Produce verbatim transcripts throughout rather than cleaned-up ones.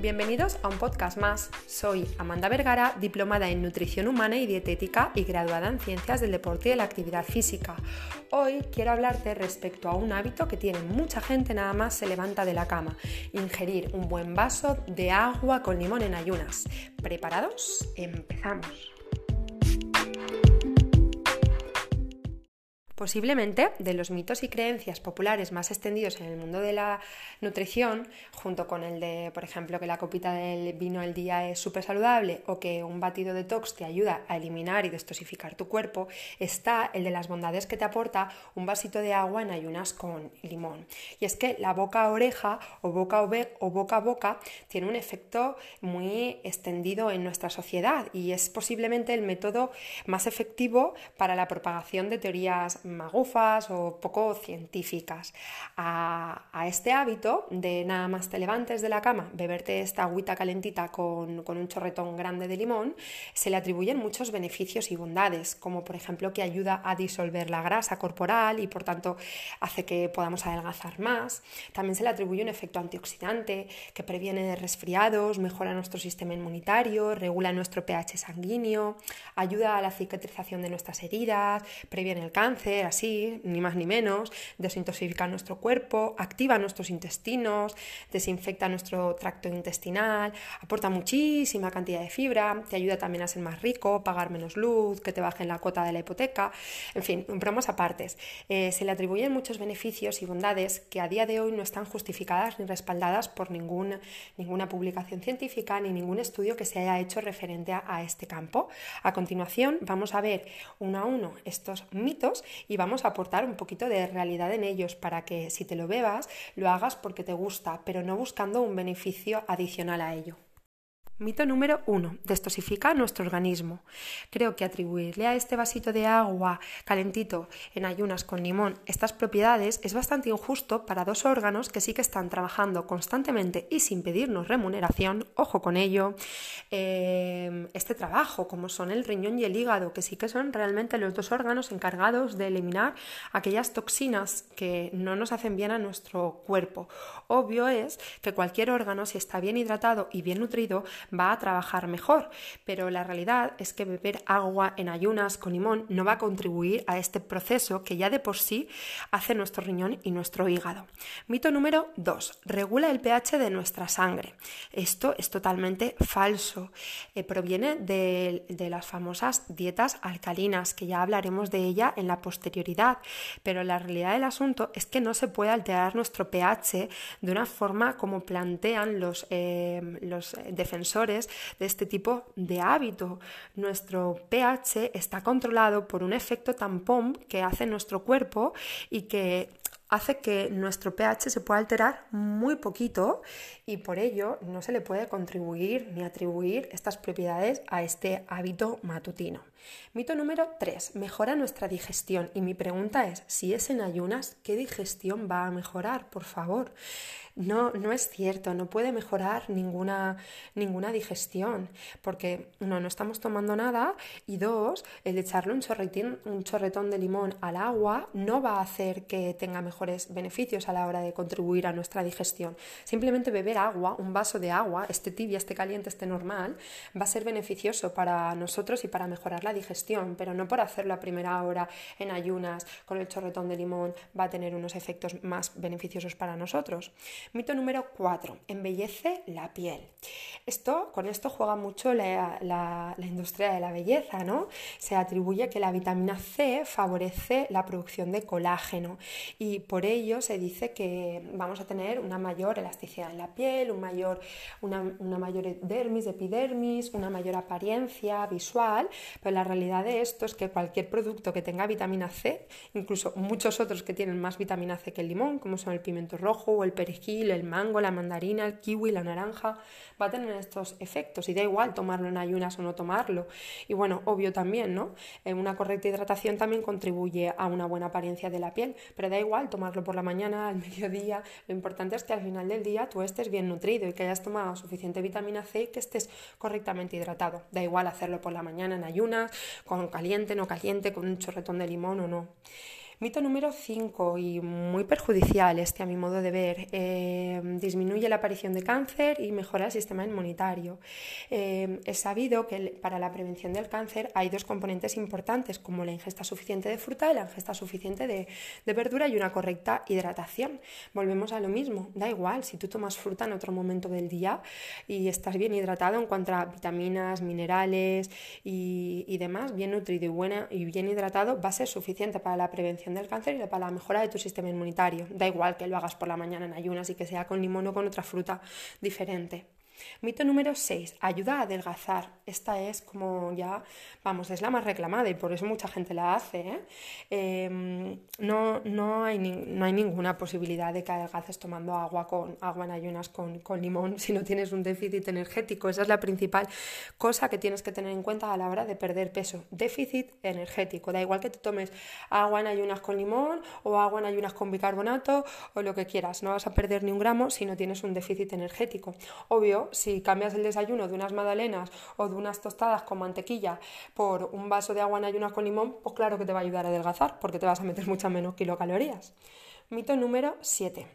Bienvenidos a un podcast más. Soy Amanda Vergara, diplomada en Nutrición Humana y Dietética y graduada en Ciencias del Deporte y de la Actividad Física. Hoy quiero hablarte respecto a un hábito que tiene mucha gente nada más se levanta de la cama: ingerir un buen vaso de agua con limón en ayunas. ¿Preparados? Empezamos. Posiblemente de los mitos y creencias populares más extendidos en el mundo de la nutrición, junto con el de, por ejemplo, que la copita del vino al día es súper saludable o que un batido detox te ayuda a eliminar y detoxificar tu cuerpo, está el de las bondades que te aporta un vasito de agua en ayunas con limón. Y es que la boca a oreja o boca a, o boca a boca tiene un efecto muy extendido en nuestra sociedad y es posiblemente el método más efectivo para la propagación de teorías magufas o poco científicas. A, a este hábito de nada más te levantes de la cama, beberte esta agüita calentita con, con un chorretón grande de limón, se le atribuyen muchos beneficios y bondades, como por ejemplo que ayuda a disolver la grasa corporal y por tanto hace que podamos adelgazar más. También se le atribuye un efecto antioxidante que previene resfriados, mejora nuestro sistema inmunitario, regula nuestro pH sanguíneo, ayuda a la cicatrización de nuestras heridas, previene el cáncer, así, ni más ni menos, desintoxifica nuestro cuerpo, activa nuestros intestinos, desinfecta nuestro tracto intestinal, aporta muchísima cantidad de fibra, te ayuda también a ser más rico, pagar menos luz, que te bajen la cuota de la hipoteca, en fin, bromas apartes. Eh, se le atribuyen muchos beneficios y bondades que a día de hoy no están justificadas ni respaldadas por ningún, ninguna publicación científica ni ningún estudio que se haya hecho referente a, a este campo. A continuación vamos a ver uno a uno estos mitos y vamos a aportar un poquito de realidad en ellos para que si te lo bebas, lo hagas porque te gusta, pero no buscando un beneficio adicional a ello. Mito número uno. Detoxifica nuestro organismo. Creo que atribuirle a este vasito de agua calentito en ayunas con limón estas propiedades es bastante injusto para dos órganos que sí que están trabajando constantemente y sin pedirnos remuneración, ojo con ello, eh, este trabajo, como son el riñón y el hígado, que sí que son realmente los dos órganos encargados de eliminar aquellas toxinas que no nos hacen bien a nuestro cuerpo. Obvio es que cualquier órgano, si está bien hidratado y bien nutrido, va a trabajar mejor, pero la realidad es que beber agua en ayunas con limón no va a contribuir a este proceso que ya de por sí hace nuestro riñón y nuestro hígado. Mito número dos. Regula el pH de nuestra sangre. Esto es totalmente falso. Eh, proviene de, de las famosas dietas alcalinas, que ya hablaremos de ella en la posterioridad, pero la realidad del asunto es que no se puede alterar nuestro pH de una forma como plantean los, eh, los defensores de este tipo de hábito. Nuestro pH está controlado por un efecto tampón que hace nuestro cuerpo y que hace que nuestro pH se pueda alterar muy poquito y por ello no se le puede contribuir ni atribuir estas propiedades a este hábito matutino. Mito número tres. Mejora nuestra digestión. Y mi pregunta es, si es en ayunas, ¿qué digestión va a mejorar? Por favor. No, no es cierto, no puede mejorar ninguna, ninguna digestión, porque uno, no estamos tomando nada y dos, el echarle un chorretín, un chorretón de limón al agua no va a hacer que tenga mejores beneficios a la hora de contribuir a nuestra digestión. Simplemente beber agua, un vaso de agua, esté tibia, esté caliente, esté normal, va a ser beneficioso para nosotros y para mejorar la digestión, pero no por hacerlo a primera hora en ayunas con el chorretón de limón va a tener unos efectos más beneficiosos para nosotros. Mito número cuatro. Embellece la piel. Esto, con esto juega mucho la, la, la industria de la belleza, ¿no? Se atribuye que la vitamina C favorece la producción de colágeno y por ello se dice que vamos a tener una mayor elasticidad en la piel, un mayor, una, una mayor dermis, epidermis, una mayor apariencia visual, pero la realidad de esto es que cualquier producto que tenga vitamina C, incluso muchos otros que tienen más vitamina C que el limón, como son el pimiento rojo o el perejil, el mango, la mandarina, el kiwi, la naranja, va a tener estos efectos y da igual tomarlo en ayunas o no tomarlo. Y bueno, obvio también, ¿no? Eh, una correcta hidratación también contribuye a una buena apariencia de la piel, pero da igual tomarlo por la mañana, al mediodía. Lo importante es que al final del día tú estés bien nutrido y que hayas tomado suficiente vitamina C y que estés correctamente hidratado. Da igual hacerlo por la mañana en ayunas, con caliente, no caliente, con un chorretón de limón o no. Mito número cinco y muy perjudicial este a mi modo de ver, eh, disminuye la aparición de cáncer y mejora el sistema inmunitario. Eh, es sabido que para la prevención del cáncer hay dos componentes importantes como la ingesta suficiente de fruta y la ingesta suficiente de, de verdura y una correcta hidratación. Volvemos a lo mismo, da igual si tú tomas fruta en otro momento del día y estás bien hidratado en cuanto a vitaminas, minerales y, y demás, bien nutrido y, buena, y bien hidratado, va a ser suficiente para la prevención del cáncer y para la mejora de tu sistema inmunitario. Da igual que lo hagas por la mañana en ayunas y que sea con limón o con otra fruta diferente. Mito número seis. Ayuda a adelgazar. Esta es como ya, vamos, es la más reclamada y por eso mucha gente la hace. ¿eh? Eh, no, no, hay ni, no hay ninguna posibilidad de que adelgaces tomando agua, con, agua en ayunas con, con limón si no tienes un déficit energético. Esa es la principal cosa que tienes que tener en cuenta a la hora de perder peso. Déficit energético. Da igual que te tomes agua en ayunas con limón o agua en ayunas con bicarbonato o lo que quieras. No vas a perder ni un gramo si no tienes un déficit energético. Obvio, si cambias el desayuno de unas magdalenas o de unas tostadas con mantequilla por un vaso de agua en ayunas con limón, pues claro que te va a ayudar a adelgazar porque te vas a meter muchas menos kilocalorías. Mito número siete.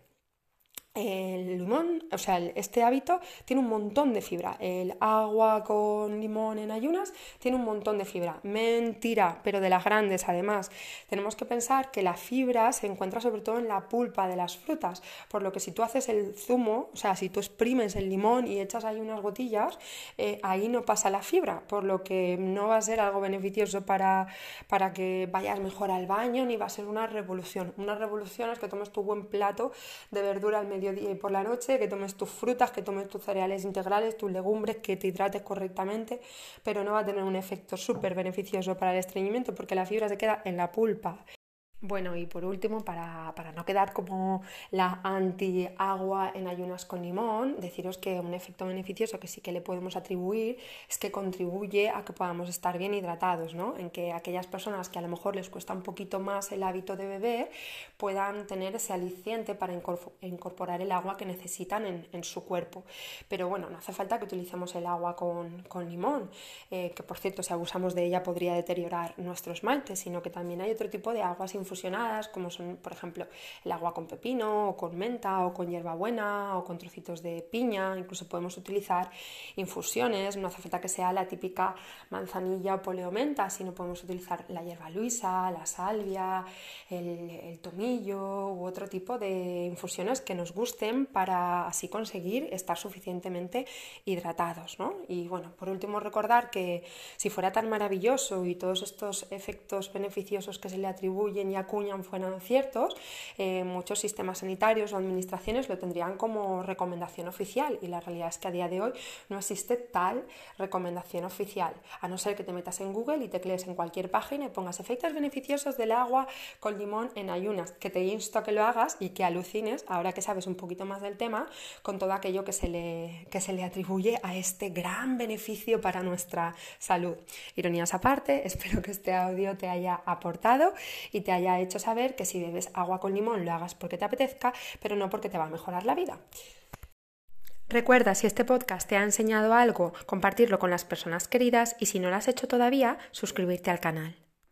El limón, o sea, este hábito tiene un montón de fibra. El agua con limón en ayunas tiene un montón de fibra. Mentira, pero de las grandes además. Tenemos que pensar que la fibra se encuentra sobre todo en la pulpa de las frutas, por lo que si tú haces el zumo, o sea, si tú exprimes el limón y echas ahí unas gotillas, eh, ahí no pasa la fibra, por lo que no va a ser algo beneficioso para, para que vayas mejor al baño, ni va a ser una revolución. Una revolución es que tomes tu buen plato de verdura al mediodía y por la noche, que tomes tus frutas, que tomes tus cereales integrales, tus legumbres, que te hidrates correctamente, pero no va a tener un efecto súper beneficioso para el estreñimiento porque la fibra se queda en la pulpa. Bueno, y por último, para, para no quedar como la anti-agua en ayunas con limón, deciros que un efecto beneficioso que sí que le podemos atribuir es que contribuye a que podamos estar bien hidratados, ¿no? En que aquellas personas que a lo mejor les cuesta un poquito más el hábito de beber puedan tener ese aliciente para incorporar el agua que necesitan en, en su cuerpo. Pero bueno, no hace falta que utilicemos el agua con, con limón, eh, que por cierto, si abusamos de ella podría deteriorar nuestro esmalte, sino que también hay otro tipo de aguas infusionadas fusionadas, como son, por ejemplo, el agua con pepino, o con menta, o con hierbabuena, o con trocitos de piña. Incluso podemos utilizar infusiones, no hace falta que sea la típica manzanilla o poleo-menta, sino podemos utilizar la hierba luisa, la salvia, el, el tomillo u otro tipo de infusiones que nos gusten para así conseguir estar suficientemente hidratados, ¿no? Y bueno, por último recordar que si fuera tan maravilloso y todos estos efectos beneficiosos que se le atribuyen y acuñan fueran ciertos, eh, muchos sistemas sanitarios o administraciones lo tendrían como recomendación oficial y la realidad es que a día de hoy no existe tal recomendación oficial, a no ser que te metas en Google y teclees en cualquier página y pongas efectos beneficiosos del agua con limón en ayunas, que te insto a que lo hagas y que alucines, ahora que sabes un poquito más del tema, con todo aquello que se le, que se le atribuye a este gran beneficio para nuestra salud. Ironías aparte, espero que este audio te haya aportado y te haya hecho saber que si bebes agua con limón lo hagas porque te apetezca, pero no porque te va a mejorar la vida. Recuerda, si este podcast te ha enseñado algo, compartirlo con las personas queridas y si no lo has hecho todavía, suscribirte al canal.